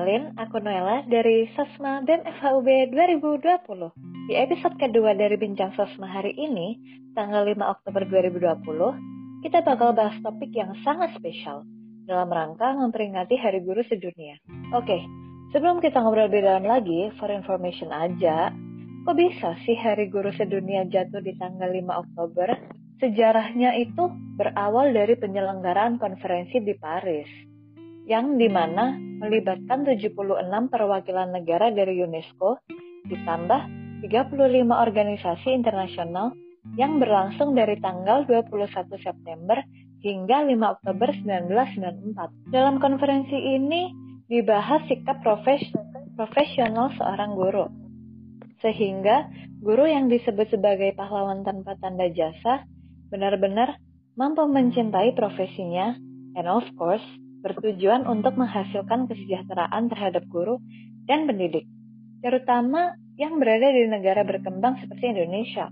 Kenalin, aku Noella dari Sosma BEM FHUB 2020. Di episode kedua dari Bincang Sosma hari ini, tanggal 5 Oktober 2020, kita bakal bahas topik yang sangat spesial dalam rangka memperingati Hari Guru Sedunia. Oke, sebelum kita ngobrol lebih dalam lagi, for information aja, kok bisa sih Hari Guru Sedunia jatuh di tanggal 5 Oktober? Sejarahnya itu berawal dari penyelenggaraan konferensi di Paris, yang dimana melibatkan 76 perwakilan negara dari UNESCO, ditambah 35 organisasi internasional yang berlangsung dari tanggal 21 September hingga 5 Oktober 1994. Dalam konferensi ini dibahas sikap profesional seorang guru, sehingga guru yang disebut sebagai pahlawan tanpa tanda jasa benar-benar mampu mencintai profesinya, and of course, bertujuan untuk menghasilkan kesejahteraan terhadap guru dan pendidik, terutama yang berada di negara berkembang seperti Indonesia.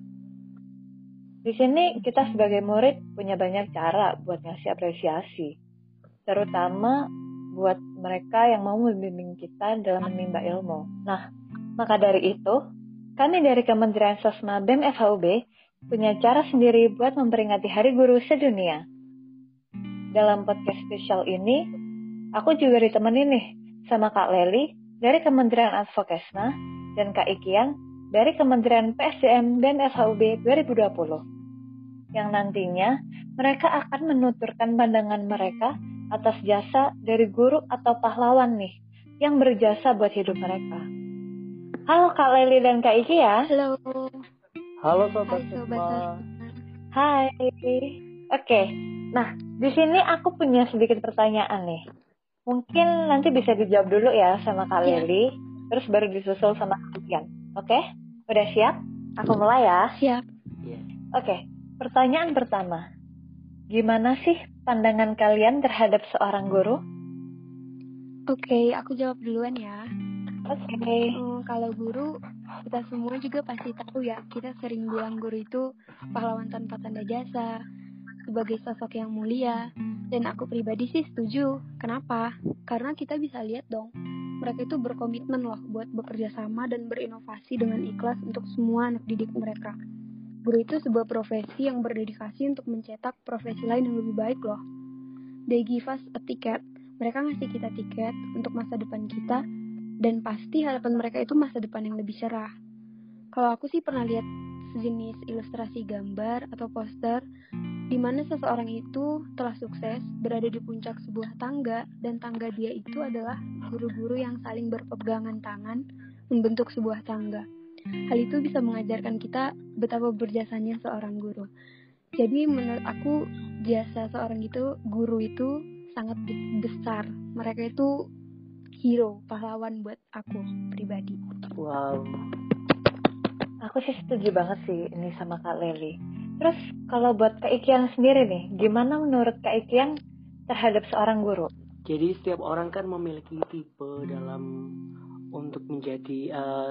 Di sini kita sebagai murid punya banyak cara buat ngasih apresiasi, terutama buat mereka yang mau membimbing kita dalam menimba ilmu. Nah, maka dari itu, kami dari Kementerian Sosma BEM FHUB punya cara sendiri buat memperingati Hari Guru Sedunia. Dalam podcast spesial ini, aku juga ditemenin nih sama Kak Leli dari Kementerian Advokesna dan Kak Ikian dari Kementerian PSDM BEM FHUB 2020. Yang nantinya mereka akan menuturkan pandangan mereka atas jasa dari guru atau pahlawan nih yang berjasa buat hidup mereka. Halo Kak Leli dan Kak Iki ya. Halo Sobat Sosma. Hai. Oke, nah di sini aku punya sedikit pertanyaan nih. Mungkin nanti bisa dijawab dulu ya sama Kak Leli, terus baru disusul sama Kak Ikian. Oke, udah siap? Aku mulai ya. Siap. Oke, pertanyaan pertama. Gimana sih pandangan kalian terhadap seorang guru? Oke, aku jawab duluan ya. Oke. Kalau guru, kita semua juga pasti tahu ya, kita sering bilang guru itu pahlawan tanpa tanda jasa, sebagai sosok yang mulia. Dan aku pribadi sih setuju. Kenapa? Karena kita bisa lihat dong, mereka itu berkomitmen loh buat bekerja sama dan berinovasi dengan ikhlas untuk semua anak didik mereka. Guru itu sebuah profesi yang berdedikasi untuk mencetak profesi lain yang lebih baik loh. They give us a ticket. Mereka ngasih kita tiket untuk masa depan kita, dan pasti harapan mereka itu masa depan yang lebih cerah. Kalau aku sih pernah lihat sejenis ilustrasi gambar atau poster di mana seseorang itu telah sukses berada di puncak sebuah tangga, dan tangga dia itu adalah guru-guru yang saling berpegangan tangan membentuk sebuah tangga. Hal itu bisa mengajarkan kita betapa berjasanya seorang guru. Jadi menurut aku jasa seorang guru itu sangat besar. Mereka itu hero, pahlawan buat aku pribadi. Wow. Aku sih setuju banget sih ini sama Kak Leli. Terus kalau buat Kak Ikian sendiri nih, gimana menurut Kak Ikian terhadap seorang guru? Jadi setiap orang kan memiliki tipe dalam untuk menjadi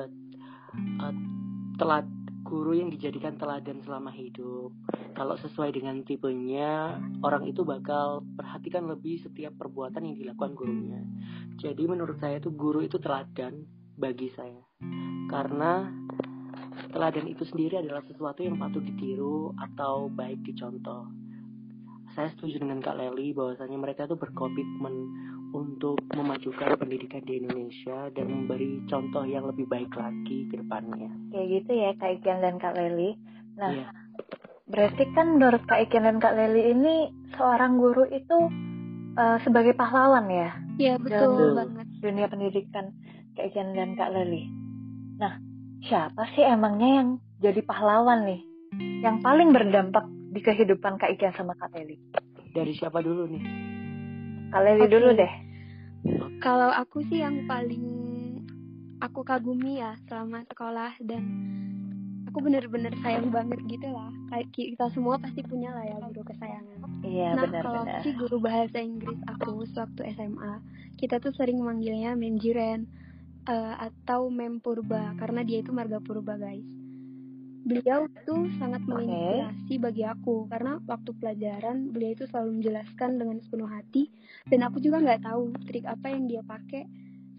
guru yang dijadikan teladan selama hidup. Kalau sesuai dengan tipenya, orang itu bakal perhatikan lebih setiap perbuatan yang dilakukan gurunya. Jadi menurut saya itu guru itu teladan bagi saya. Karena teladan itu sendiri adalah sesuatu yang patut ditiru atau baik dicontoh. Saya setuju dengan Kak Leli bahwasanya mereka itu berkomitmen untuk memajukan pendidikan di Indonesia dan memberi contoh yang lebih baik lagi ke depannya. Kayak gitu ya Kak Ikian dan Kak Leli. Nah, berarti kan menurut Kak Ikian dan Kak Leli ini seorang guru itu sebagai pahlawan ya? Iya, betul banget. Dunia pendidikan Kak Ikian dan Kak Leli. Nah, siapa sih emangnya yang jadi pahlawan nih? Yang paling berdampak di kehidupan Kak Ikian sama Kak Leli? Dari siapa dulu nih? Kak Leli dulu deh. Kalau aku sih yang paling aku kagumi ya selama sekolah, dan aku bener-bener sayang banget gitu lah. Kayak kita semua pasti punya lah ya guru kesayangan. Iya, Nah, benar-benar. kalau aku sih guru bahasa Inggris aku sewaktu SMA, kita tuh sering manggilnya Mem Jiren atau Mem Purba, karena dia itu marga Purba guys. Beliau tuh sangat menginspirasi bagi aku, karena waktu pelajaran beliau itu selalu menjelaskan dengan sepenuh hati, dan aku juga nggak tahu trik apa yang dia pakai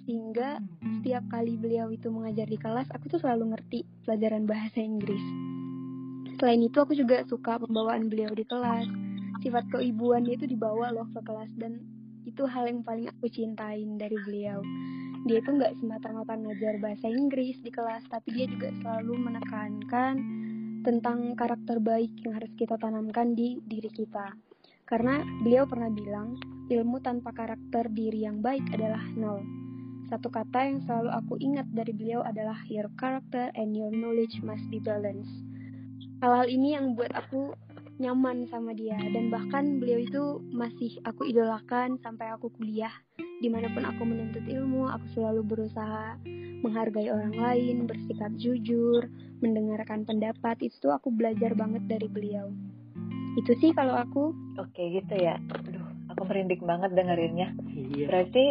sehingga setiap kali beliau itu mengajar di kelas, aku tuh selalu ngerti pelajaran bahasa Inggris. Selain itu, aku juga suka pembawaan beliau di kelas. Sifat keibuan dia itu dibawa loh ke kelas, dan itu hal yang paling aku cintain dari beliau. Dia itu nggak semata-mata ngajar bahasa Inggris di kelas, tapi dia juga selalu menekankan tentang karakter baik yang harus kita tanamkan di diri kita. Karena beliau pernah bilang, ilmu tanpa karakter diri yang baik adalah nol. Satu kata yang selalu aku ingat dari beliau adalah your character and your knowledge must be balanced. Hal-hal ini yang buat aku nyaman sama dia, dan bahkan beliau itu masih aku idolakan sampai aku kuliah. Dimanapun aku menuntut ilmu, aku selalu berusaha menghargai orang lain, bersikap jujur, mendengarkan pendapat. Itu aku belajar banget dari beliau. Itu sih kalau aku. Oke gitu ya. Aduh, aku merinding banget dengerinnya. Iya. Berarti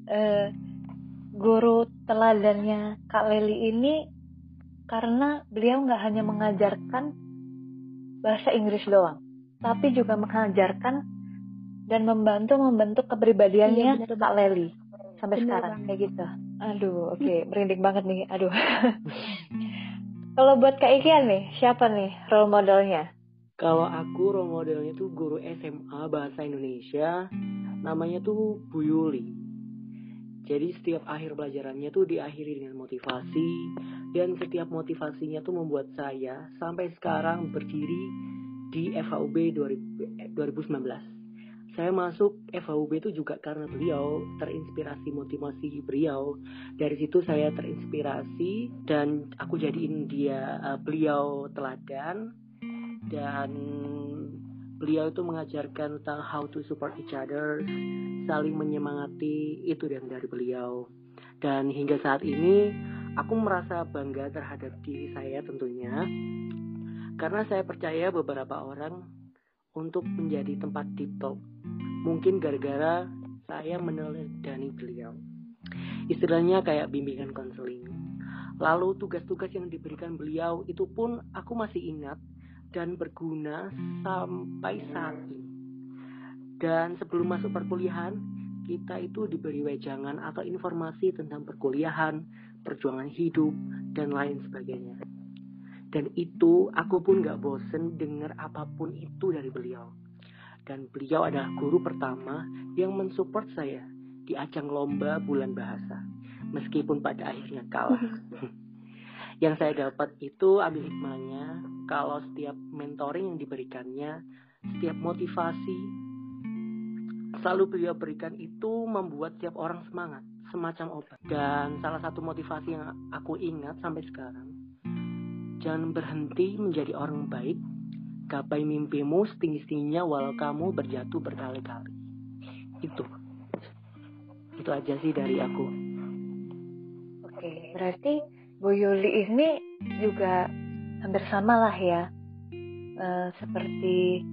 guru teladannya Kak Leli ini karena beliau nggak hanya mengajarkan bahasa Inggris doang, tapi juga mengajarkan dan membentuk kepribadiannya Kak Leli sampai Bener sekarang banget. kayak gitu. Aduh, oke, merinding banget nih. Aduh. Kalau buat Kak Ikian nih, siapa nih role modelnya? Kalau aku role modelnya tuh guru SMA Bahasa Indonesia, namanya tuh Bu Yuli. Jadi setiap akhir pelajarannya tuh diakhiri dengan motivasi, dan setiap motivasinya tuh membuat saya sampai sekarang berdiri di FHUB 2019. Saya masuk FHUB itu juga karena beliau, terinspirasi motivasi beliau. Dari situ saya terinspirasi dan aku jadiin beliau teladan. Dan beliau itu mengajarkan tentang how to support each other, saling menyemangati, itu dari beliau. Dan hingga saat ini aku merasa bangga terhadap diri saya tentunya, karena saya percaya beberapa orang untuk menjadi tempat deep talk, mungkin gara-gara saya meneladani beliau. Istilahnya kayak bimbingan konseling. Lalu tugas-tugas yang diberikan beliau itu pun aku masih ingat dan berguna sampai saat ini. Dan sebelum masuk perkuliahan, kita itu diberi wejangan atau informasi tentang perkuliahan, perjuangan hidup, dan lain sebagainya. Dan itu aku pun gak bosen dengar apapun itu dari beliau. Dan beliau adalah guru pertama yang mensupport saya di ajang lomba bulan bahasa, meskipun pada akhirnya kalah. Yang saya dapat itu ambil hikmahnya, kalau setiap mentoring yang diberikannya, setiap motivasi selalu beliau berikan itu membuat setiap orang semangat, semacam obat. Dan salah satu motivasi yang aku ingat sampai sekarang, jangan berhenti menjadi orang baik, gapai mimpimu setinggi-tingginya walau kamu berjatuh berkali-kali. Itu aja sih dari aku. Oke, berarti Bu Yuli ini juga hampir sama lah ya, seperti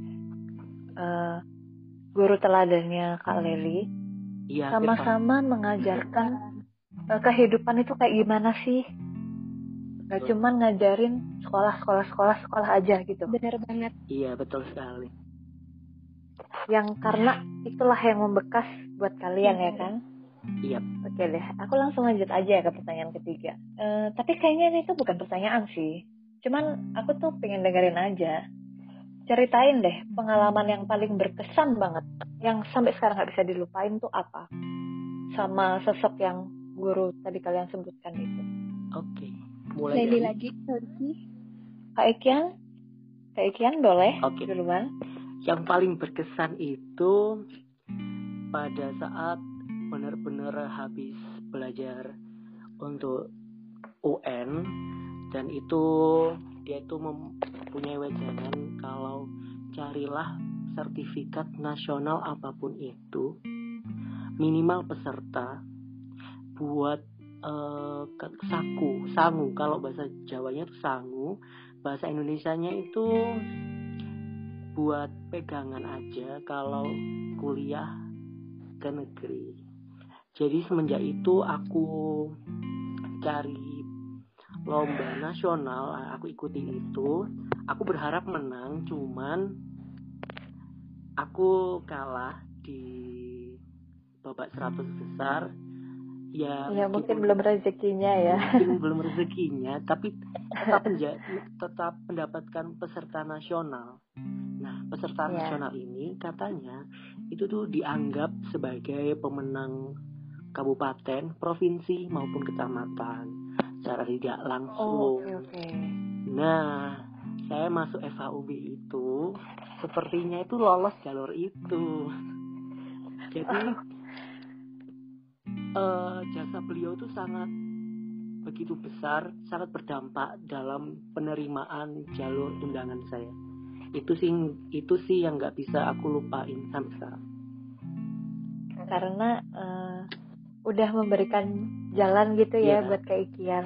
guru teladannya Kak Leli. Iya, sama-sama mengajarkan kehidupan itu kayak gimana sih. Gak cuma ngajarin sekolah aja gitu. Bener banget. Iya, betul sekali. Yang karena itulah yang membekas buat kalian ya kan? Iya. Oke deh, aku langsung lanjut aja ke pertanyaan ketiga. Tapi kayaknya ini tuh bukan pertanyaan sih. Cuman aku tuh pengen dengerin aja. Ceritain deh pengalaman yang paling berkesan banget, yang sampai sekarang gak bisa dilupain tuh apa? Sama sosok yang guru tadi kalian sebutkan itu. Oke, mulai Leli dari lagi, sorry. Kak Ikian boleh duluan. Yang paling berkesan itu pada saat benar-benar habis belajar untuk UN, dan itu dia itu mempunyai wejangan kalau carilah sertifikat nasional apapun itu, minimal peserta buat sangu, kalau bahasa Jawanya itu sangu, bahasa Indonesianya itu buat pegangan aja kalau kuliah ke negeri. Jadi semenjak itu aku cari lomba nasional, aku ikuti itu, aku berharap menang, cuman aku kalah di babak 100 besar Ya mungkin belum rezekinya ya. Mungkin belum rezekinya, tapi tetap mendapatkan peserta nasional. Nah, peserta nasional ini katanya itu tuh dianggap sebagai pemenang kabupaten, provinsi maupun kecamatan secara tidak langsung. Okay. Nah, saya masuk FHUB itu sepertinya itu lolos jalur itu. Jadi jasa beliau itu sangat begitu besar, sangat berdampak dalam penerimaan jalur undangan saya. Itu sih yang nggak bisa aku lupain sampai sekarang. Karena udah memberikan jalan gitu ya buat Kak Ikian.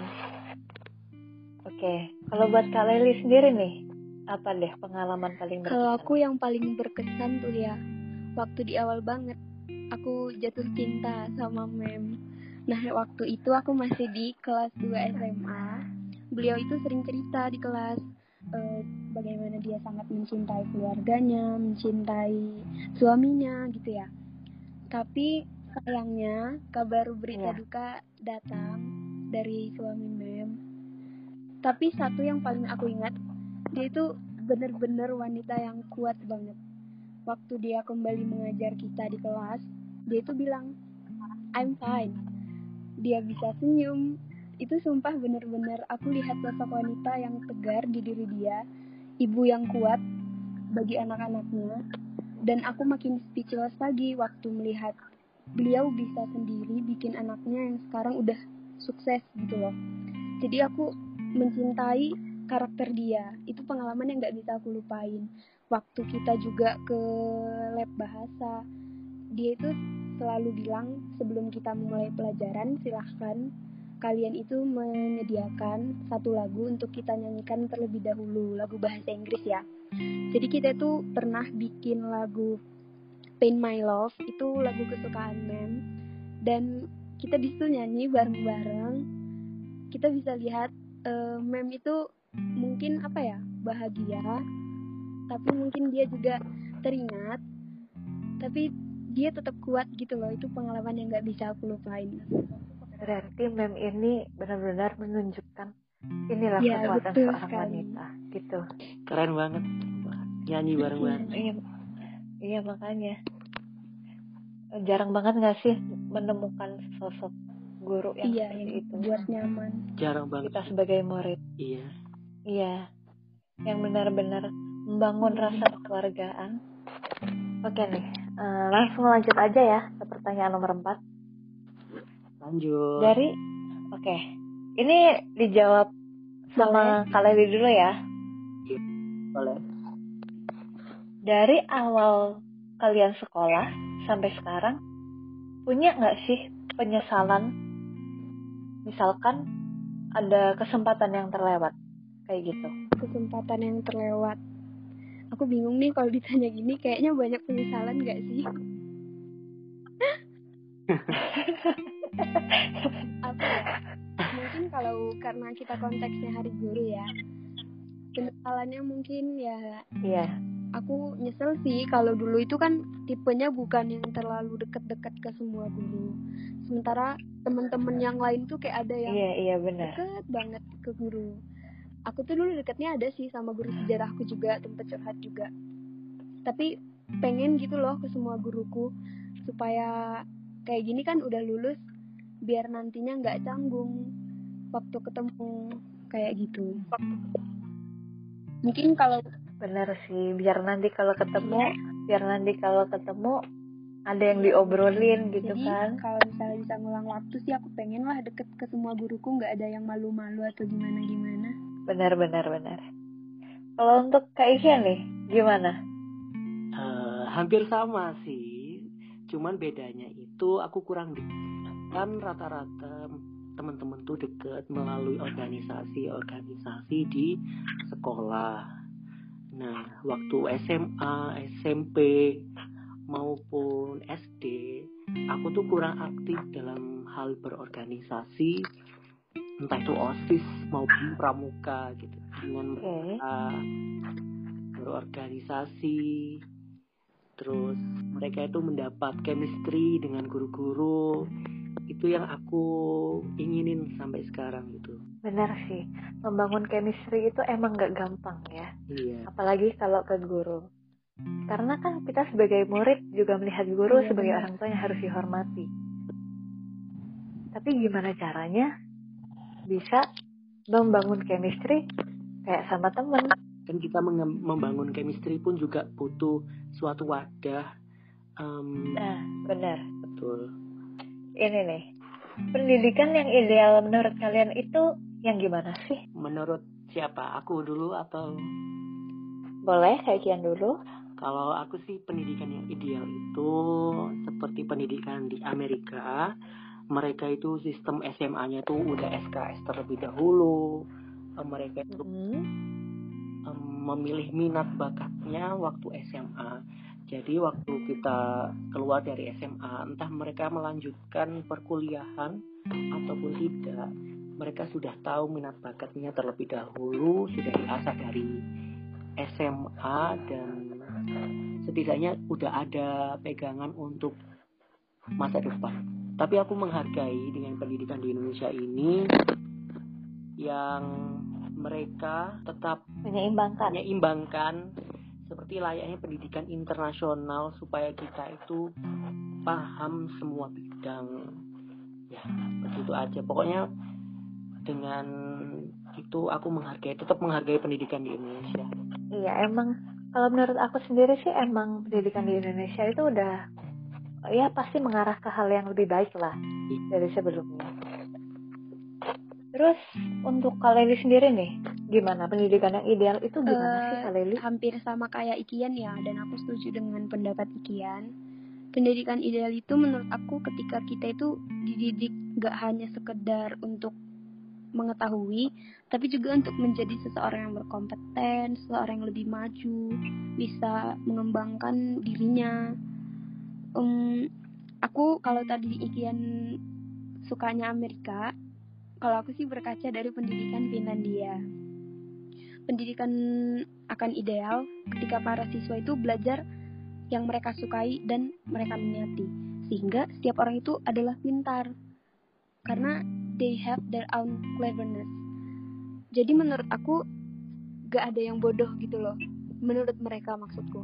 Oke, kalau buat Kak Leli sendiri nih, apa deh pengalaman paling berkesan? Kalau aku yang paling berkesan tuh ya, waktu di awal banget aku jatuh cinta sama Mem. Nah, waktu itu aku masih di kelas 2 SMA. Beliau itu sering cerita di kelas bagaimana dia sangat mencintai keluarganya, mencintai suaminya gitu ya. Tapi sayangnya kabar berita duka datang dari suami Mem. Tapi satu yang paling aku ingat, dia itu benar-benar wanita yang kuat banget. Waktu dia kembali mengajar kita di kelas, dia itu bilang, I'm fine. Dia bisa senyum. Itu sumpah benar-benar aku lihat sosok wanita yang tegar di diri dia, ibu yang kuat bagi anak-anaknya. Dan aku makin speechless lagi waktu melihat beliau bisa sendiri bikin anaknya yang sekarang udah sukses gitu loh. Jadi aku mencintai karakter dia. Itu pengalaman yang gak bisa aku lupain. Waktu kita juga ke lab bahasa, dia itu selalu bilang sebelum kita memulai pelajaran, silahkan kalian itu menyediakan satu lagu untuk kita nyanyikan terlebih dahulu, lagu bahasa Inggris ya. Jadi kita tuh pernah bikin lagu Paint My Love, itu lagu kesukaan Mem, dan kita disitu nyanyi bareng-bareng. Kita bisa lihat Mem itu mungkin bahagia, tapi mungkin dia juga teringat, tapi dia tetap kuat gitu loh. Itu pengalaman yang gak bisa aku lupain. Berarti Mem ini benar-benar menunjukkan inilah kekuatan seorang wanita gitu. Keren banget, nyanyi bareng-bareng. Iya makanya jarang banget gak sih menemukan sosok guru yang seperti itu, buat nyaman. Jarang banget kita sebagai murid. Iya, yang benar-benar membangun rasa kekeluargaan. Oke nih, langsung lanjut aja ya ke pertanyaan nomor 4. Lanjut. Oke. Ini dijawab sama Kak Leli dulu ya. Boleh. Dari awal kalian sekolah sampai sekarang, punya nggak sih penyesalan? Misalkan ada kesempatan yang terlewat, kayak gitu. Kesempatan yang terlewat. Aku bingung nih kalau ditanya gini, kayaknya banyak penyesalan nggak sih? Apa ya? Mungkin kalau karena kita konteksnya Hari Guru ya, penyesalannya mungkin ya. Iya. Aku nyesel sih kalau dulu itu kan tipenya bukan yang terlalu deket-deket ke semua guru. Sementara teman-teman yang lain tuh kayak ada yang deket banget ke guru. Aku tuh dulu deketnya ada sih sama guru sejarahku juga, tempat curhat juga. Tapi pengen gitu loh ke semua guruku supaya kayak gini kan udah lulus, biar nantinya nggak canggung waktu ketemu kayak gitu. Mungkin kalau bener sih, biar nanti kalau ketemu ada yang diobrolin gitu. Jadi, kan. Kalau misalnya bisa ngulang waktu sih aku pengen lah deket ke semua guruku, nggak ada yang malu-malu atau gimana-gimana. Benar. Kalau untuk Kak Isya nih, gimana? Hampir sama sih, cuman bedanya itu aku kurang deket. Kan rata-rata teman-teman tuh deket melalui organisasi di sekolah. Nah, waktu SMA, SMP maupun SD, aku tuh kurang aktif dalam hal berorganisasi, entah itu OSIS maupun pramuka gitu. Dengan mereka berorganisasi, terus mereka itu mendapat chemistry dengan guru-guru, Itu yang aku inginin sampai sekarang gitu. Benar sih, membangun chemistry itu emang gak gampang ya. Iya. Apalagi kalau ke guru. Karena kan kita sebagai murid juga melihat guru Iya, sebagai benar. orang tua yang harus dihormati. Tapi gimana caranya bisa membangun chemistry kayak sama temen? Kan kita membangun chemistry pun juga butuh suatu wadah. Nah, benar. Betul. Ini nih, pendidikan yang ideal menurut kalian itu yang gimana sih? Menurut siapa? Aku dulu atau? Boleh, Kak Kian dulu. Kalau aku sih pendidikan yang ideal itu seperti pendidikan di Amerika. Mereka itu sistem SMA-nya tuh udah SKS terlebih dahulu. Mereka itu memilih minat bakatnya waktu SMA. Jadi waktu kita keluar dari SMA, entah mereka melanjutkan perkuliahan ataupun tidak, mereka sudah tahu minat bakatnya terlebih dahulu, sudah diasah dari SMA, dan setidaknya udah ada pegangan untuk masa depan. Tapi aku menghargai dengan pendidikan di Indonesia ini yang mereka tetap menyeimbangkan seperti layaknya pendidikan internasional supaya kita itu paham semua bidang. Ya, begitu aja. Pokoknya dengan itu aku tetap menghargai pendidikan di Indonesia. Iya, emang kalau menurut aku sendiri sih emang pendidikan di Indonesia itu udah ya pasti mengarah ke hal yang lebih baik lah dari sebelumnya. Terus untuk Kak Leli sendiri nih, gimana pendidikan yang ideal itu gimana sih Kak Leli? Hampir sama kayak Ikian ya, dan aku setuju dengan pendapat Ikian. Pendidikan ideal itu menurut aku ketika kita itu dididik gak hanya sekedar untuk mengetahui, tapi juga untuk menjadi seseorang yang berkompeten, seseorang yang lebih maju, bisa mengembangkan dirinya. Aku kalau tadi Ikian sukanya Amerika, kalau aku sih berkaca dari pendidikan Finlandia. Pendidikan akan ideal ketika para siswa itu belajar yang mereka sukai dan mereka minati, sehingga setiap orang itu adalah pintar karena they have their own cleverness. Jadi menurut aku gak ada yang bodoh gitu loh, menurut mereka maksudku.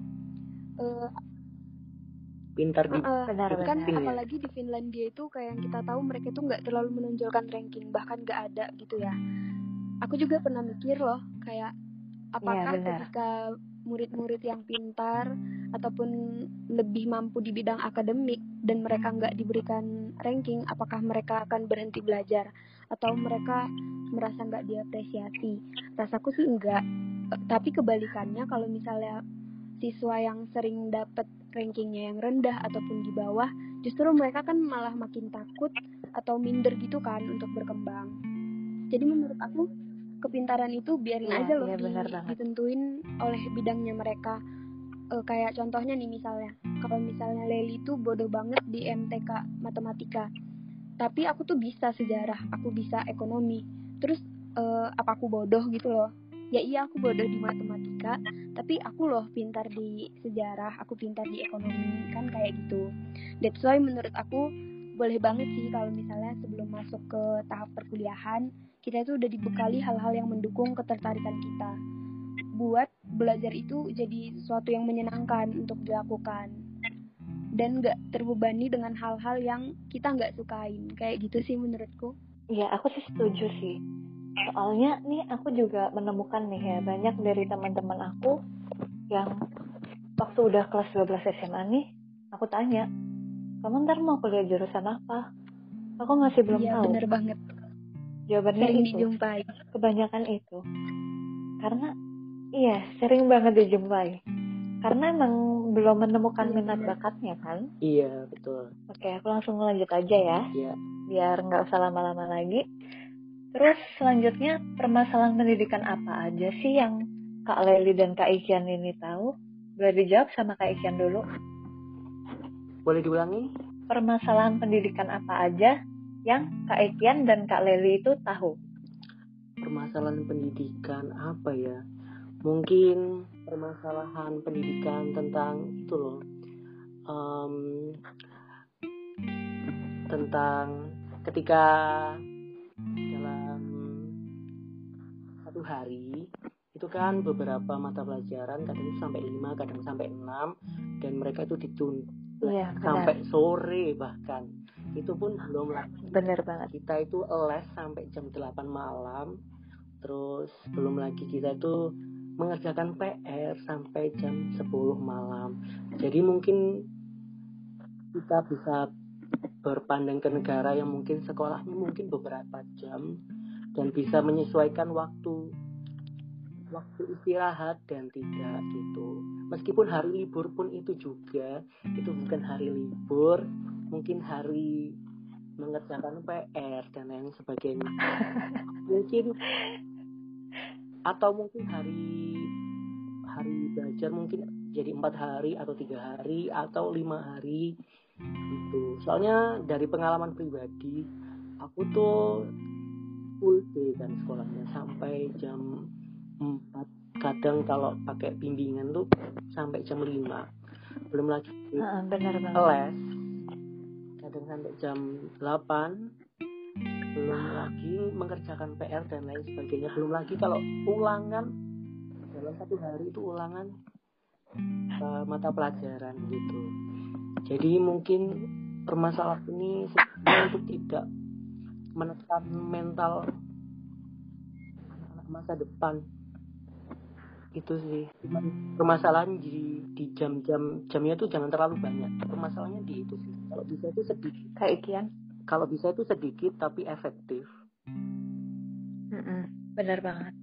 Pintar di kan apalagi di Finlandia itu kayak yang kita tahu mereka itu gak terlalu menonjolkan ranking, bahkan gak ada gitu ya. Aku juga pernah mikir loh kayak apakah ketika murid-murid yang pintar ataupun lebih mampu di bidang akademik dan mereka nggak diberikan ranking, apakah mereka akan berhenti belajar atau mereka merasa nggak diapresiasi? Rasaku sih enggak. Tapi kebalikannya, kalau misalnya siswa yang sering dapat rankingnya yang rendah ataupun di bawah, justru mereka kan malah makin takut atau minder gitu kan untuk berkembang. Jadi menurut aku kepintaran itu biarin aja loh ditentuin oleh bidangnya mereka. Kayak contohnya nih misalnya, kalau misalnya Leli tuh bodoh banget di MTK matematika, tapi aku tuh bisa sejarah, aku bisa ekonomi, terus apa aku bodoh gitu loh? Ya iya, aku bodoh di matematika, tapi aku loh pintar di sejarah, aku pintar di ekonomi, kan kayak gitu. That's why menurut aku boleh banget sih kalau misalnya sebelum masuk ke tahap perkuliahan kita itu udah dibekali hal-hal yang mendukung ketertarikan kita buat belajar itu jadi sesuatu yang menyenangkan untuk dilakukan dan gak terbebani dengan hal-hal yang kita gak sukain, kayak gitu sih menurutku. Iya, aku sih setuju sih. Soalnya nih aku juga menemukan nih ya, banyak dari teman-teman aku yang waktu udah kelas 12 SMA nih, aku tanya, kamu ntar mau kuliah jurusan apa? Aku masih belum tahu. Iya, bener banget. Jawabannya sering itu, dijumpai. Kebanyakan itu. Karena, iya, sering banget dijumpai. Karena emang belum menemukan minat bakatnya kan? Iya, betul. Oke, aku langsung lanjut aja ya. Iya. Biar nggak usah lama-lama lagi. Terus selanjutnya, permasalahan pendidikan apa aja sih yang Kak Leli dan Kak Ikian ini tahu? Boleh dijawab sama Kak Ikian dulu? Boleh diulangi? Permasalahan pendidikan apa aja yang Kak Ikian dan Kak Leli itu tahu? Permasalahan pendidikan apa ya? Mungkin permasalahan pendidikan tentang itu loh, tentang ketika dalam satu hari itu kan beberapa mata pelajaran kadang sampai 5, kadang sampai 6, dan mereka itu dituntut sampai sore, bahkan itu pun belum lagi bener banget, kita itu les sampai jam 8 malam, terus belum lagi kita itu mengerjakan PR sampai jam 10 malam. Jadi mungkin kita bisa berpandang ke negara yang mungkin sekolahnya mungkin beberapa jam dan bisa menyesuaikan waktu istirahat dan tidak gitu. Meskipun hari libur pun itu juga, itu bukan hari libur, mungkin hari mengerjakan PR dan lain sebagainya. Mungkin atau mungkin hari belajar mungkin jadi 4 hari atau 3 hari atau 5 hari gitu. Soalnya dari pengalaman pribadi, aku tuh full day kan sekolahnya sampai jam 4, kadang kalau pakai bimbingan tuh sampai jam 5, belum lagi bener banget, les kadang sampai jam 8, belum lagi mengerjakan PR dan lain sebagainya, belum lagi kalau ulangan dalam satu hari itu ulangan mata pelajaran gitu. Jadi mungkin permasalahan ini sebenarnya untuk tidak menekan mental anak masa depan itu sih. Permasalahan di jamnya tuh jangan terlalu banyak. Permasalahannya di itu sih. Kalau bisa itu sedikit. Kak Ikian. Kalau bisa itu sedikit tapi efektif. Benar banget.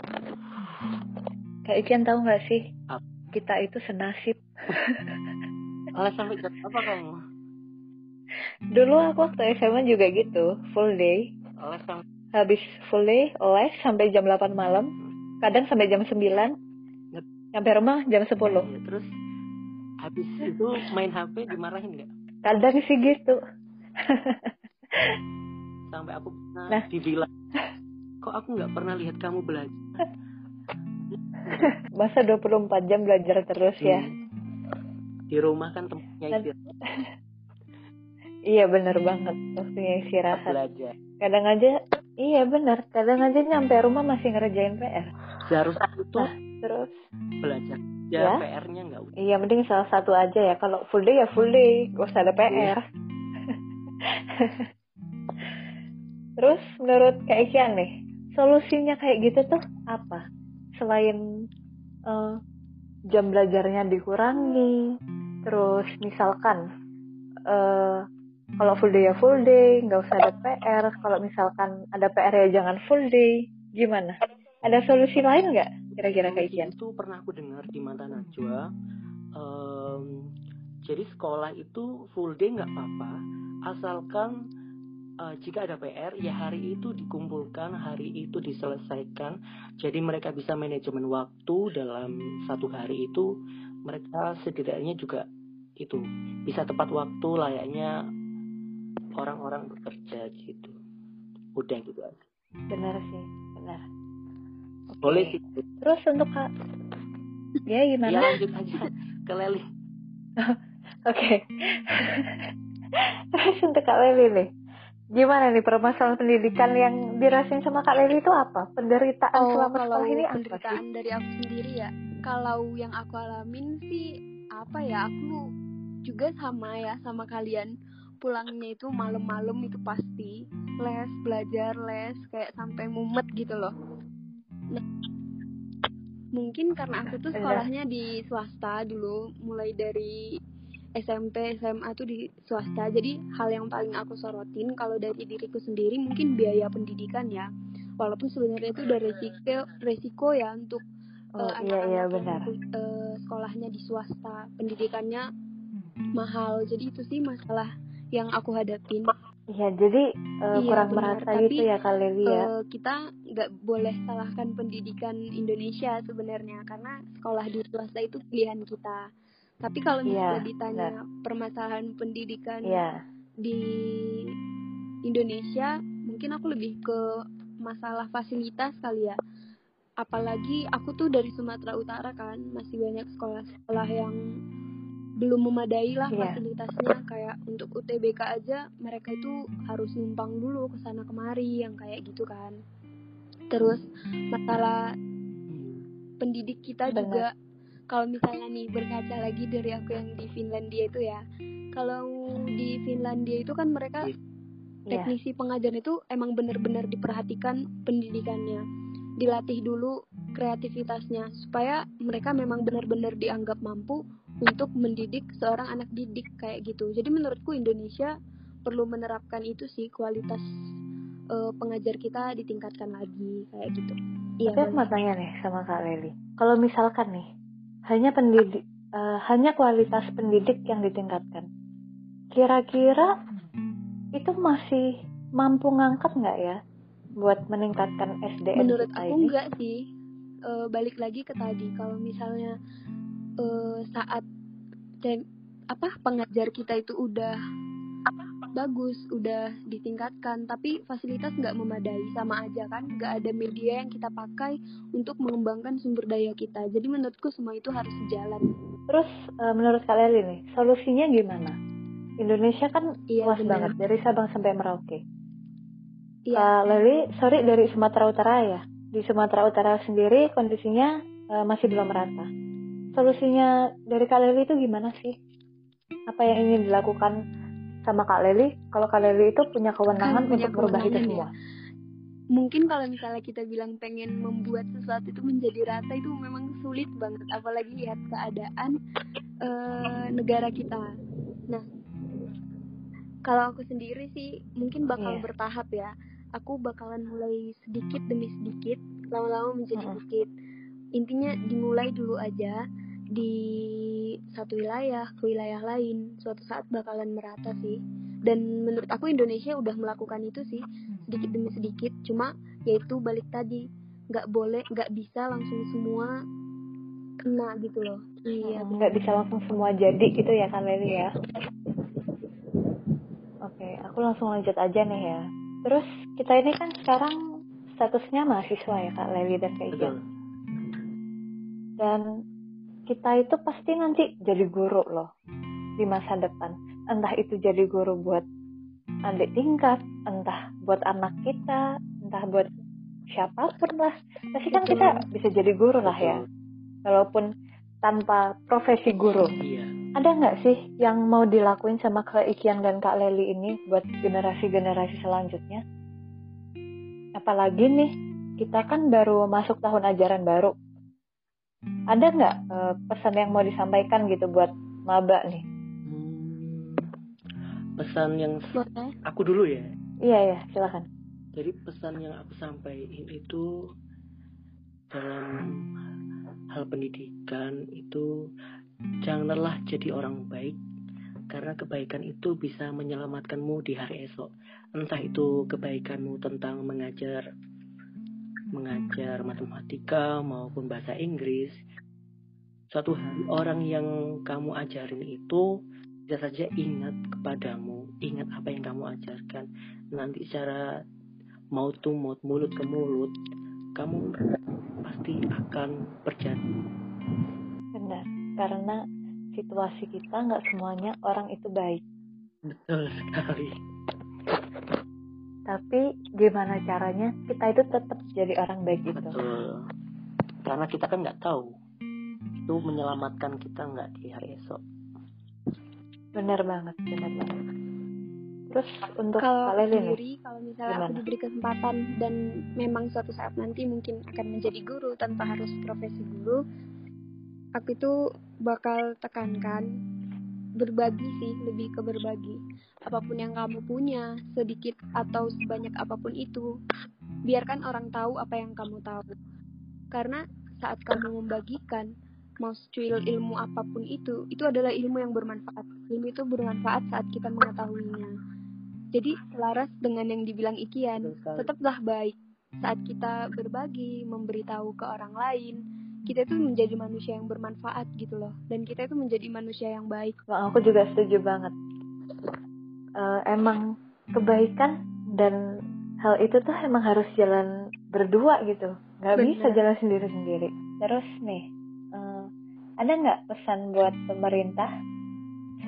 Kak Ikian tahu nggak sih? Kita itu senasib. Les sampai jam apa kamu? Dulu aku waktu SMA juga gitu, full day. Habis full day, les sampai jam 8 malam. Kadang sampai jam 9. Sampai rumah jam 10. Ya, terus habis itu main HP dimarahin nggak? Kadang sih gitu. Sampai aku pernah dibilang, kok aku nggak pernah lihat kamu belajar? Masa 24 jam belajar terus ya? Di rumah kan tempatnya istirahat. Iya benar banget, waktunya istirahat. Belajar. Kadang aja, iya benar. Kadang aja nyampe rumah masih ngerjain PR. Seharusnya itu terus belajar. Ya PR-nya nggak usah. Iya, mending salah satu aja ya. Kalau full day ya full day, gak usah ada PR. Terus menurut Kak Ikian nih, solusinya kayak gitu tuh apa? Selain jam belajarnya dikurangi, terus misalkan kalau full day ya full day, nggak usah ada PR. Kalau misalkan ada PR ya jangan full day. Gimana? Ada solusi lain nggak kira-kira Kak Ikian? Itu pernah aku dengar di Mata Najwa. Jadi sekolah itu full day nggak apa-apa, asalkan jika ada PR ya hari itu dikumpulkan, hari itu diselesaikan. Jadi mereka bisa manajemen waktu dalam satu hari itu. Mereka setidaknya juga itu bisa tepat waktu layaknya orang-orang bekerja gitu. Udah gitu aja. Benar sih, benar. Boleh sih. Terus untuk Kak, ya gimana? Ya lanjut aja ke Leli. Oke. Terus untuk Kak Leli nih, gimana nih permasalahan pendidikan yang dirasain sama Kak Leli itu apa? Penderitaan selama sekolah ini apa sih? Penderitaan dari aku sendiri ya, kalau yang aku alamin sih apa ya, aku juga sama ya sama kalian, pulangnya itu malam-malam itu pasti les, belajar les kayak sampai mumet gitu loh. Nah, mungkin karena aku tuh sekolahnya di swasta dulu, mulai dari SMP, SMA tuh di swasta. Jadi hal yang paling aku sorotin kalau dari diriku sendiri mungkin biaya pendidikan ya. Walaupun sebenarnya itu udah resiko ya untuk anak-anak yang sekolahnya di swasta, pendidikannya mahal. Jadi itu sih masalah yang aku hadapin. Iya, jadi kurang merata gitu ya Kak Leli ya. Kita nggak boleh salahkan pendidikan Indonesia sebenarnya, karena sekolah di swasta itu pilihan kita. Tapi kalau misalnya ditanya permasalahan pendidikan di Indonesia, mungkin aku lebih ke masalah fasilitas kali ya. Apalagi aku tuh dari Sumatera Utara kan, masih banyak sekolah-sekolah yang belum memadai lah Iya. fasilitasnya. Kayak untuk UTBK aja mereka itu harus numpang dulu ke sana kemari yang kayak gitu kan. Terus masalah pendidik kita Benar. juga, kalau misalnya nih berkaca lagi dari aku yang di Finlandia itu ya, kalau di Finlandia itu kan mereka Iya. teknisi pengajaran itu emang benar-benar diperhatikan pendidikannya, dilatih dulu kreativitasnya supaya mereka memang benar-benar dianggap mampu untuk mendidik seorang anak didik kayak gitu. Jadi menurutku Indonesia perlu menerapkan itu sih, kualitas pengajar kita ditingkatkan lagi kayak gitu. Iya. Tapi aku mau tanya nih sama Kak Leli, kalau misalkan nih hanya kualitas pendidik yang ditingkatkan, kira-kira itu masih mampu ngangkat nggak ya buat meningkatkan SDM Menurut kita aku ini? enggak sih. Balik lagi ke tadi, kalau misalnya saat pengajar kita itu udah bagus, udah ditingkatkan, tapi fasilitas nggak memadai, sama aja kan nggak ada media yang kita pakai untuk mengembangkan sumber daya kita. Jadi menurutku semua itu harus sejalan. Terus menurut Kak Leli nih, solusinya gimana? Indonesia kan Iya, luas benar. banget, dari Sabang sampai Merauke. Iya. Kak Leli, sorry, dari Sumatera Utara ya. Di Sumatera Utara sendiri kondisinya masih belum merata. Solusinya dari Kak Leli itu gimana sih? Apa yang ingin dilakukan sama Kak Leli? Kalau Kak Leli itu punya kewenangan untuk merubah itu semua. Mungkin kalau misalnya kita bilang pengen membuat sesuatu itu menjadi rata, itu memang sulit banget, apalagi lihat keadaan negara kita. Nah, kalau aku sendiri sih mungkin bakal bertahap ya. Aku bakalan mulai sedikit demi sedikit, lama-lama menjadi bukit. Intinya dimulai dulu aja di satu wilayah ke wilayah lain, suatu saat bakalan merata sih. Dan menurut aku Indonesia udah melakukan itu sih, sedikit demi sedikit. Cuma yaitu balik tadi, nggak bisa langsung semua kena gitu loh. Iya, nggak bisa langsung semua jadi gitu ya Kak Leli ya. Oke, aku langsung lanjut aja nih ya. Terus kita ini kan sekarang statusnya mahasiswa ya Kak Leli dan Kak Ijan. Dan kita itu pasti nanti jadi guru loh di masa depan. Entah itu jadi guru buat adik tingkat, entah buat anak kita, entah buat siapapun lah. Pasti kan kita bisa jadi guru lah ya. Walaupun tanpa profesi guru. Iya. Ada nggak sih yang mau dilakuin sama Kak Ikian dan Kak Leli ini buat generasi-generasi selanjutnya? Apalagi nih, kita kan baru masuk tahun ajaran baru. Ada nggak pesan yang mau disampaikan gitu buat maba nih? Pesan yang aku dulu ya? Iya, silakan. Jadi pesan yang aku sampaikan itu dalam hal pendidikan itu, janganlah jadi orang baik, karena kebaikan itu bisa menyelamatkanmu di hari esok. Entah itu kebaikanmu tentang mengajar matematika maupun bahasa Inggris. Suatu hari orang yang kamu ajarin itu bisa saja ingat kepadamu, ingat apa yang kamu ajarkan. Nanti secara mouth to mouth, mulut ke mulut, kamu pasti akan berjadi. Benar, karena situasi kita nggak semuanya orang itu baik. Betul sekali. Tapi gimana caranya kita itu tetap jadi orang baik itu? Betul. Karena kita kan nggak tahu itu menyelamatkan kita nggak di hari esok. Benar banget. Terus untuk kalau Kak Leli sendiri, kalau misalnya aku diberi kesempatan dan memang suatu saat nanti mungkin akan menjadi guru tanpa harus profesi guru, aku itu bakal tekankan berbagi sih, lebih ke berbagi. Apapun yang kamu punya, sedikit atau sebanyak apapun itu, biarkan orang tahu apa yang kamu tahu. Karena saat kamu membagikan, mau secuil ilmu apapun itu adalah ilmu yang bermanfaat. Ilmu itu bermanfaat saat kita mengetahuinya. Jadi selaras dengan yang dibilang Ikian, tetaplah baik. Saat kita berbagi, memberitahu ke orang lain, kita itu menjadi manusia yang bermanfaat gitu loh. Dan kita itu menjadi manusia yang baik. Wah, aku juga setuju banget. Emang kebaikan dan hal itu tuh emang harus jalan berdua gitu. Gak bisa jalan sendiri-sendiri. Terus nih, ada nggak pesan buat pemerintah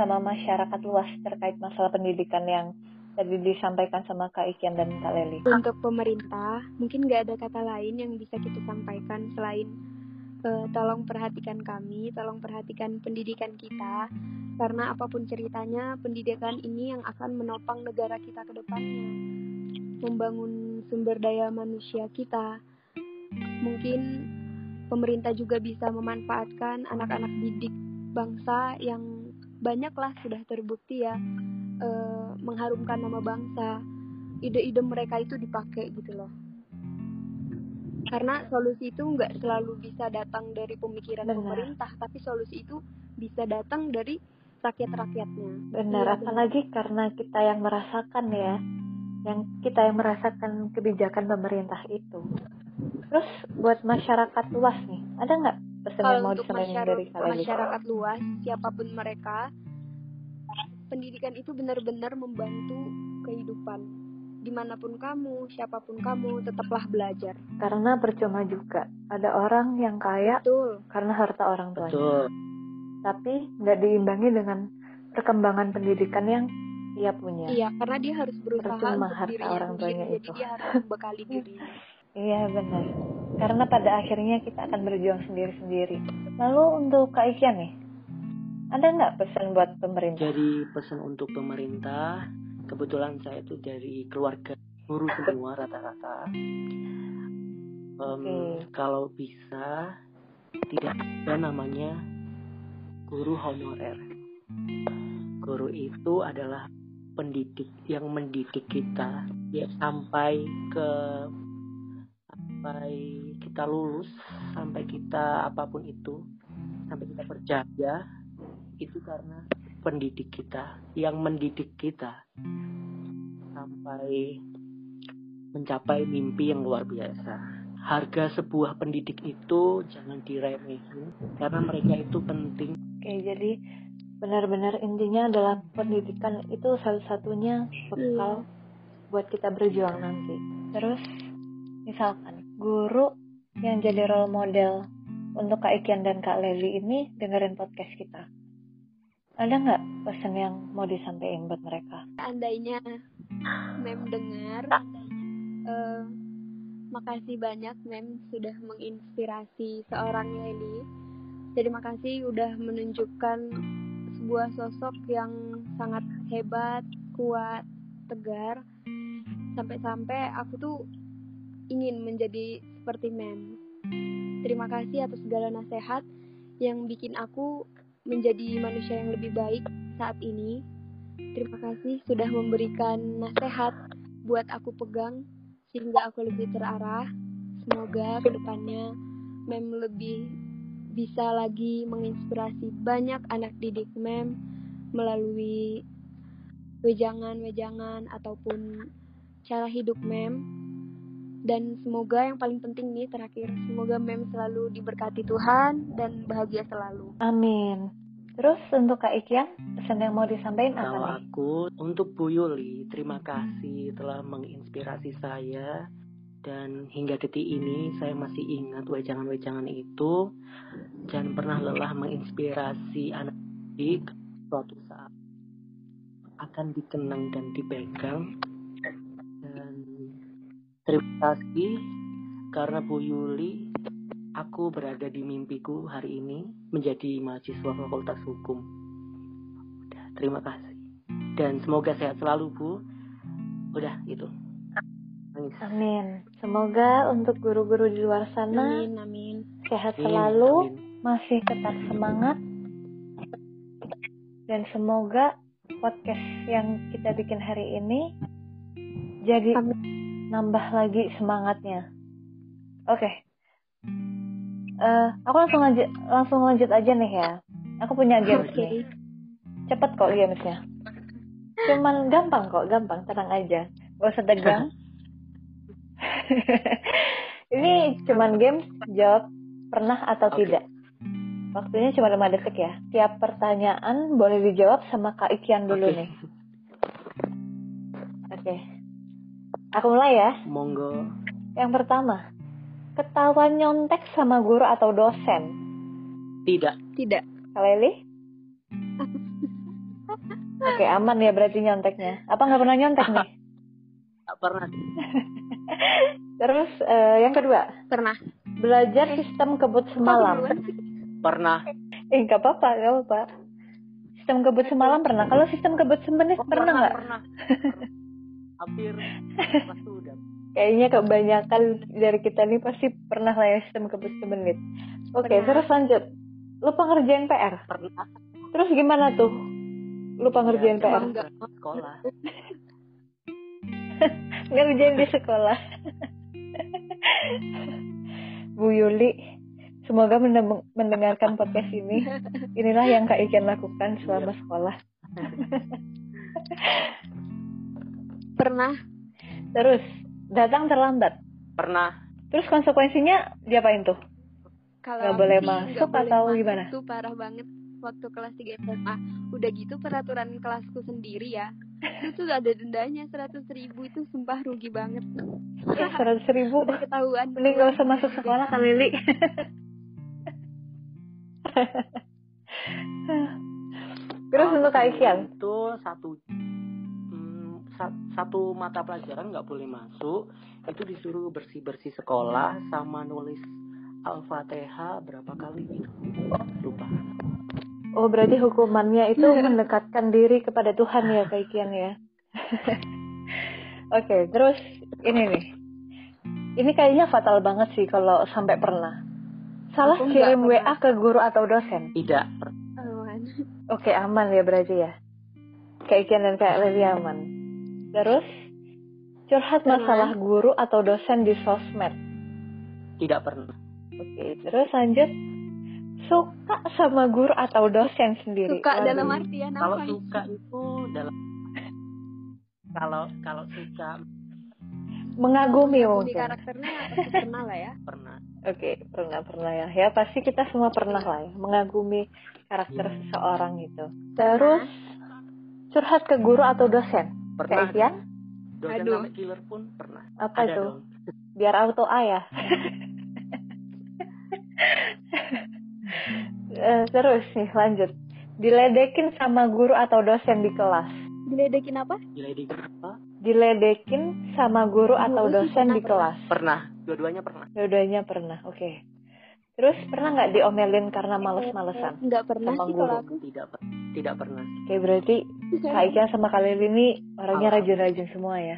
sama masyarakat luas terkait masalah pendidikan yang tadi disampaikan sama Kak Ikian dan Kak Leli? Untuk pemerintah, mungkin nggak ada kata lain yang bisa kita sampaikan selain tolong perhatikan kami, tolong perhatikan pendidikan kita, karena apapun ceritanya, pendidikan ini yang akan menopang negara kita ke depannya, membangun sumber daya manusia kita. Mungkin pemerintah juga bisa memanfaatkan anak-anak didik bangsa yang banyaklah sudah terbukti ya, mengharumkan nama bangsa. Ide-ide mereka itu dipakai gitu loh. Karena solusi itu nggak selalu bisa datang dari pemikiran pemerintah, tapi solusi itu bisa datang dari rakyat-rakyatnya. Benar, Iya, apalagi karena kita yang merasakan ya, kita yang merasakan kebijakan pemerintah itu. Terus buat masyarakat luas nih, ada nggak pesan yang mau disampaikan dari kalian? Masyarakat luas, siapapun mereka, pendidikan itu benar-benar membantu kehidupan. Dimanapun kamu, siapapun kamu, tetaplah belajar. Karena percuma juga, ada orang yang kaya karena harta orang tuanya. Tapi nggak diimbangi dengan perkembangan pendidikan yang dia punya. Iya, karena dia harus berusaha percuma untuk harta dirinya orang tuanya sendiri, itu. jadi dia harus membekali dirinya. Iya benar. Karena pada akhirnya kita akan berjuang sendiri-sendiri. Lalu untuk Kak Ikian nih, ada nggak pesan buat pemerintah? Jadi pesan untuk pemerintah, kebetulan saya itu dari keluarga guru semua rata-rata. Kalau bisa tidak ada namanya guru honorer. Guru itu adalah pendidik yang mendidik kita ya sampai kita lulus, sampai kita apapun itu, sampai kita berjaya, itu karena pendidik kita yang mendidik kita sampai mencapai mimpi yang luar biasa. Harga sebuah pendidik itu jangan diremehin karena mereka itu penting. Oke, jadi benar-benar intinya adalah pendidikan itu salah satunya bekal buat kita berjuang nanti. Terus misalkan guru yang jadi role model untuk Kak Ikian dan Kak Leli ini dengerin podcast kita, ada nggak pesan yang mau disampaikan buat mereka? Andainya Mem dengar, makasih banyak Mem sudah menginspirasi seorang Leli. Terima kasih udah menunjukkan sebuah sosok yang sangat hebat, kuat, tegar. Sampai-sampai aku tuh ingin menjadi seperti Mem. Terima kasih atas segala nasihat yang bikin aku menjadi manusia yang lebih baik saat ini. Terima kasih sudah memberikan nasihat buat aku pegang sehingga aku lebih terarah. Semoga kedepannya Mem lebih bisa lagi menginspirasi banyak anak didik Mem melalui wejangan ataupun cara hidup Mem. Dan semoga yang paling penting nih terakhir, semoga Mem selalu diberkati Tuhan dan bahagia selalu. Amin. Terus untuk Kak Ikian, pesan yang mau disampaikan apa nih? Kalau aku, untuk Bu Yuli, terima kasih telah menginspirasi saya. Dan hingga detik ini saya masih ingat wejangan-wejangan itu. Jangan pernah lelah menginspirasi anak didik. Suatu saat akan dikenang dan dipegang. Dan terima kasih karena Bu Yuli, aku berada di mimpiku hari ini menjadi mahasiswa Fakultas Hukum. Terima kasih. Dan semoga sehat selalu, Bu. Udah, itu. Amin. Semoga untuk guru-guru di luar sana Amin. sehat selalu, masih tetap semangat. Dan semoga podcast yang kita bikin hari ini jadi nambah lagi semangatnya. Oke. Aku langsung lanjut aja nih ya. Aku punya games nih. Cepet kok gamesnya. Cuman gampang, tenang aja. Gak usah tegang. Ini cuman games jawab pernah atau tidak. Waktunya cuma 5 detik ya. Tiap pertanyaan boleh dijawab sama Kak Ikian dulu nih. Oke. Aku mulai ya. Monggo. Yang pertama, ketahuan nyontek sama guru atau dosen? Tidak. Kak Leli? Oke, aman ya berarti nyonteknya. Apa nggak pernah nyontek nih? Nggak pernah. Terus yang kedua, Pernah. belajar sistem kebut semalam. Pernah. Nggak apa-apa. Sistem kebut semalam pernah. Kalau sistem kebut semenit pernah nggak? Pernah. Hampir kelas tuh udah. Kayaknya kebanyakan dari kita nih pasti pernah lah ya sistem kebut semenit. Oke, Pernah. terus lanjut. Lupa ngerjain PR. Pernah. Terus gimana tuh? Lupa ngerjain Ya, PR. Enggak. Sekolah. Ngerjain di sekolah. Bu Yuli, semoga mendengarkan podcast ini. Inilah yang Kak Iken lakukan selama sekolah. Pernah. Terus datang terlambat. Pernah. Terus konsekuensinya diapain tuh? Kalau Nggak aku boleh sih masuk nggak boleh atau masuk gimana? tuh parah banget waktu kelas 3 SMA. Udah gitu peraturan kelasku sendiri ya. Itu tuh ada dendanya 100.000, itu sumpah rugi banget. 100.000. Udah ketahuan. Mending gak usah masuk sekolah Kak Lili. Terus Kalau untuk Kak aku Iken? itu satu mata pelajaran nggak boleh masuk, itu disuruh bersih sekolah sama nulis Al-Fatihah berapa kali gitu, lupa. Oh, berarti hukumannya itu mendekatkan diri kepada Tuhan ya Kak Iken ya. Oke, terus ini nih. Ini kayaknya fatal banget sih kalau sampai pernah. Salah Aku kirim nggak WA ke guru atau dosen. Tidak. Aman. Oke, aman ya berarti ya. Kak Iken dan Kak Lili aman. Terus curhat masalah guru atau dosen di sosmed. Tidak pernah. Oke, terus lanjut. Suka sama guru atau dosen sendiri. Suka Waduh. dalam artian Kalau apa? suka itu dalam kalau suka mengagumi Mengagumi mungkin. karakternya pasti pernah lah ya. pernah. Oke, pernah ya. Ya pasti kita semua pernah lah ya mengagumi karakter seseorang gitu. Terus curhat ke guru atau dosen. Pernah. Kak Iken? Dosen Aduh. sampai killer pun pernah. Apa Ada itu? dong. Biar auto A ya. Terus nih lanjut. Diledekin sama guru atau dosen di kelas. Diledekin apa? Diledekin apa? Diledekin sama guru atau Guru sih dosen di pernah. kelas. Pernah. Dua-duanya pernah. Dua-duanya pernah. Oke. Terus pernah nggak diomelin karena males-malesan? Nggak pernah sama sih guru? kalau aku. Tidak pernah. Oke, berarti Kak Iken sama Kak Lili ini orangnya rajin-rajin semua ya.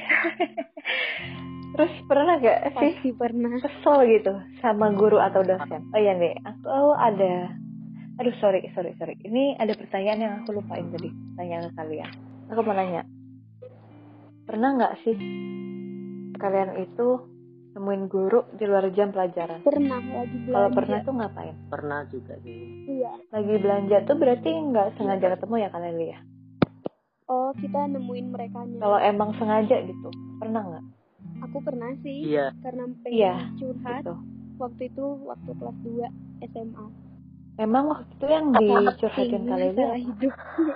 Terus pernah nggak sih Pasti pernah. kesel gitu sama guru atau dosen? Oh iya nih, aku ada. Aduh, sorry. Ini ada pertanyaan yang aku lupain tadi. Tanya ke kalian. Aku mau nanya. Pernah nggak sih kalian itu nemuin guru di luar jam pelajaran? Pernah lagi belanja. Kalau pernah tuh ngapain? Pernah juga sih. Iya. Lagi belanja tuh berarti nggak sengaja ketemu ya kalian ya? Oh, kita nemuin merekanya. Kalau emang sengaja gitu, pernah nggak? Aku pernah sih. Iya. Karena pengen Iya, curhat. Gitu. Waktu kelas 2 SMA. Emang waktu itu yang dicurhatin kalian Masalah hidup.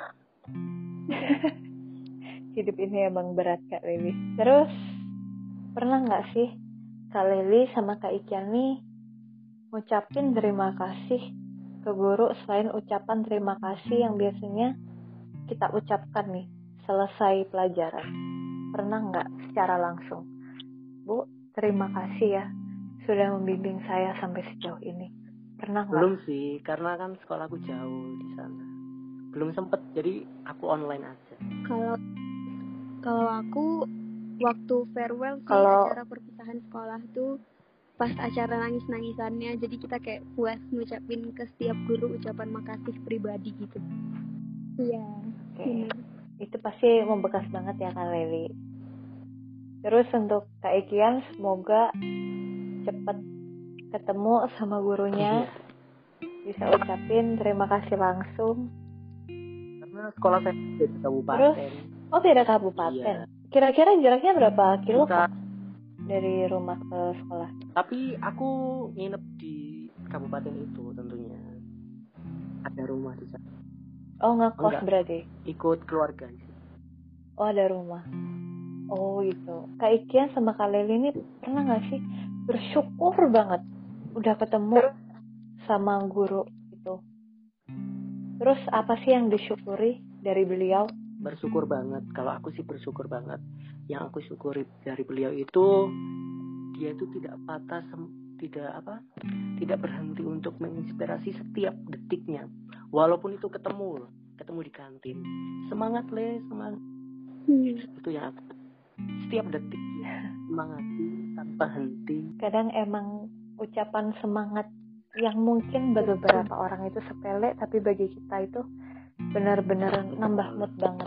hidup ini emang berat Kak Lili. Terus pernah nggak sih Kak Lili sama Kak Iken nih ngucapin terima kasih ke guru selain ucapan terima kasih yang biasanya kita ucapkan nih selesai pelajaran? Pernah nggak secara langsung? Bu, terima kasih ya sudah membimbing saya sampai sejauh ini. Pernah nggak? Belum sih, karena kan sekolahku jauh di sana. Belum sempet, jadi aku online aja. Kalau aku waktu farewell sih, Kalau- acara perpisahan sekolah tuh pas acara nangis-nangisannya, jadi kita kayak puas ngucapin ke setiap guru ucapan makasih pribadi gitu. Iya. Oke. Benar. Itu pasti membekas banget ya Kak Leli. Terus untuk Kak Iken, semoga cepet ketemu sama gurunya, bisa ucapin terima kasih langsung. Karena sekolah saya di kabupaten. Oh, beda kabupaten. Iya. Kira-kira jaraknya berapa kilo Bukan. Kak dari rumah ke sekolah? Tapi aku nginep di kabupaten itu tentunya. Ada rumah di sana. Oh, ngekos Enggak. berarti? Ikut keluarga sih. Oh, ada rumah. Oh gitu. Kak Iken sama Kak Leli ini pernah gak sih bersyukur banget udah ketemu sama guru itu? Terus apa sih yang disyukuri? dari beliau? Bersyukur banget. Kalau aku sih bersyukur banget. Yang aku syukuri dari beliau itu, dia itu tidak patah, tidak berhenti untuk menginspirasi setiap detiknya. Walaupun itu ketemu di kantin. Semangat semangat. Itu yang aku, setiap detiknya semangati tanpa henti. Kadang emang ucapan semangat yang mungkin bagi beberapa orang itu sepele, tapi bagi kita itu benar-benar nambah mood banget.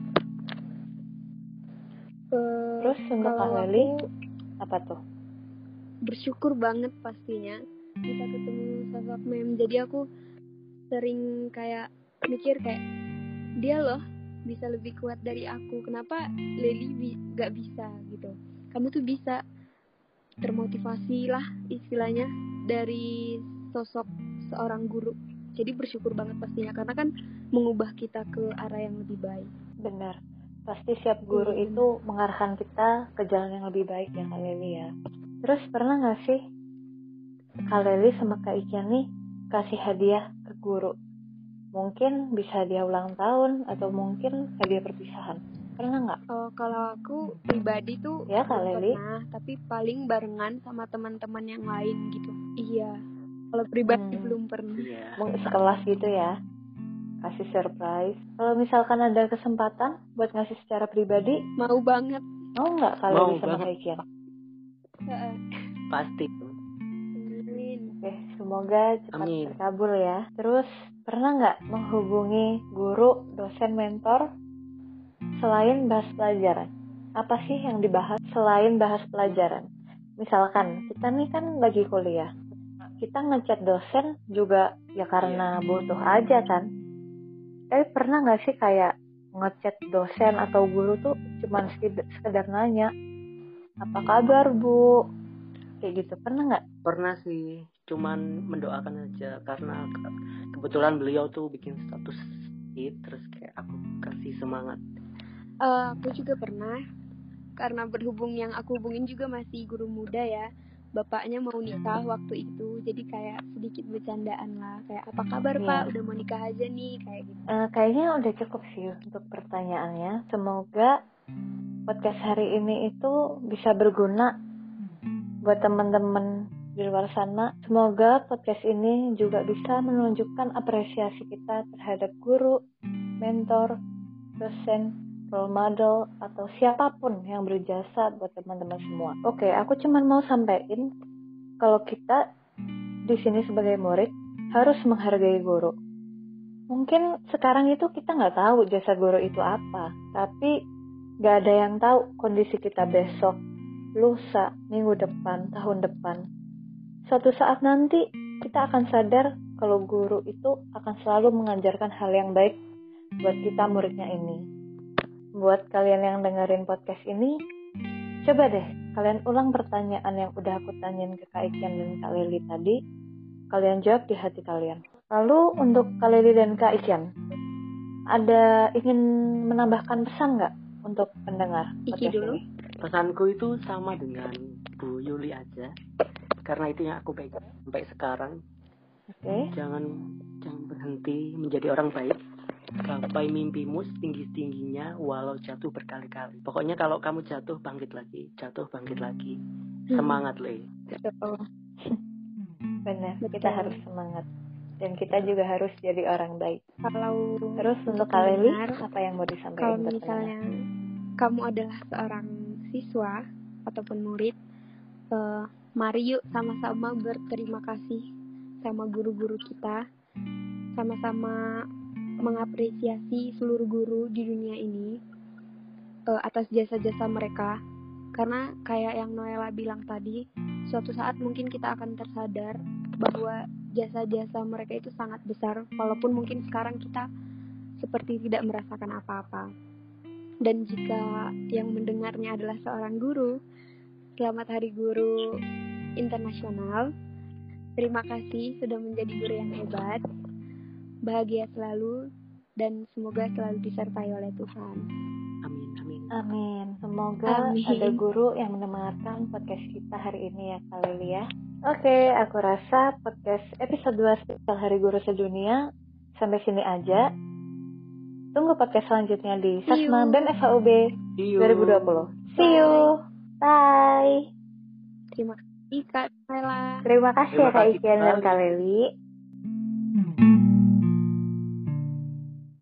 Terus untuk Kak Leli, apa tuh? Bersyukur banget pastinya bisa ketemu sosok Mem. Jadi aku sering kayak mikir kayak, dia loh bisa lebih kuat dari aku, kenapa Leli gak bisa gitu. Kamu tuh bisa, termotivasi lah istilahnya dari sosok seorang guru. Jadi bersyukur banget pastinya, karena kan mengubah kita ke arah yang lebih baik. Benar, pasti setiap guru itu mengarahkan kita ke jalan yang lebih baik ya Kak Leli ya. Terus pernah gak sih Kak Leli sama Kak Ikian nih kasih hadiah ke guru? Mungkin bisa hadiah ulang tahun atau mungkin hadiah perpisahan. Pernah nggak? Kalau aku pribadi tuh ya, belum pernah, tapi paling barengan sama teman-teman yang lain gitu. Iya, kalau pribadi belum pernah. Mungkin sekelas gitu ya, kasih surprise. Kalau misalkan ada kesempatan buat ngasih secara pribadi, mau banget. Mau nggak kalau sama Kak Ikian? Pasti. Oke, semoga cepat terkabul ya. Terus pernah nggak menghubungi guru, dosen, mentor selain bahas pelajaran? Apa sih yang dibahas selain bahas pelajaran? Misalkan kita nih kan lagi kuliah, kita ngechat dosen juga ya karena butuh aja kan. Tapi pernah nggak sih kayak ngechat dosen atau guru tuh cuman sekedar nanya, apa kabar Bu? Kayak gitu, pernah nggak? Pernah sih, cuman mendoakan aja karena kebetulan beliau tuh bikin status terus kayak aku kasih semangat. Aku juga pernah, karena berhubung yang aku hubungin juga masih guru muda ya, bapaknya mau nikah waktu itu, jadi kayak sedikit bercandaan lah, kayak apa kabar Pak, udah mau nikah aja nih, kayak gitu. Kayaknya udah cukup sih untuk pertanyaannya. Semoga podcast hari ini itu bisa berguna buat teman-teman di luar sana. Semoga podcast ini juga bisa menunjukkan apresiasi kita terhadap guru, mentor, dosen, role model, atau siapapun yang berjasa buat teman-teman semua. Oke, aku cuma mau sampaikan kalau kita di sini sebagai murid harus menghargai guru. Mungkin sekarang itu kita nggak tahu jasa guru itu apa, tapi nggak ada yang tahu kondisi kita besok, lusa, minggu depan, tahun depan. Suatu saat nanti kita akan sadar kalau guru itu akan selalu mengajarkan hal yang baik buat kita muridnya ini. Buat kalian yang dengerin podcast ini, coba deh kalian ulang pertanyaan yang udah aku tanyain ke Kak Ikian dan Kak Leli tadi. Kalian jawab di hati kalian. Lalu untuk Kak Leli dan Kak Ikian, ada ingin menambahkan pesan nggak untuk pendengar podcast ini? Pesanku itu sama dengan Bu Yuli aja, karena itu yang aku pegang sampai sekarang. Jangan berhenti menjadi orang baik. Gapai mimpimu setinggi-tingginya walau jatuh berkali-kali. Pokoknya kalau kamu jatuh bangkit lagi. Semangat Le. Benar, kita harus semangat. Dan kita juga harus jadi orang baik. Terus untuk Kak Leli, apa yang mau disampaikan? Kalau misalnya kamu adalah seorang siswa ataupun murid, mari yuk sama-sama berterima kasih sama guru-guru kita, sama-sama mengapresiasi seluruh guru di dunia ini atas jasa-jasa mereka. Karena kayak yang Noella bilang tadi, suatu saat mungkin kita akan tersadar bahwa jasa-jasa mereka itu sangat besar, walaupun mungkin sekarang kita seperti tidak merasakan apa-apa. Dan jika yang mendengarnya adalah seorang guru, selamat Hari Guru Internasional. Terima kasih sudah menjadi guru yang hebat. Bahagia selalu dan semoga selalu disertai oleh Tuhan. Amin. Semoga ada guru yang mendengarkan podcast kita hari ini ya Kak Leli ya. Oke, aku rasa podcast episode 2 spesial Hari Guru Sedunia sampai sini aja. Tunggu podcast selanjutnya di See you. Sasma BEM FHUB See you. 2020. See you. Bye. Terima kasih Kak Lela. Terima kasih ya Terima Kak kasih Ikian dan kembali. Kak Leli.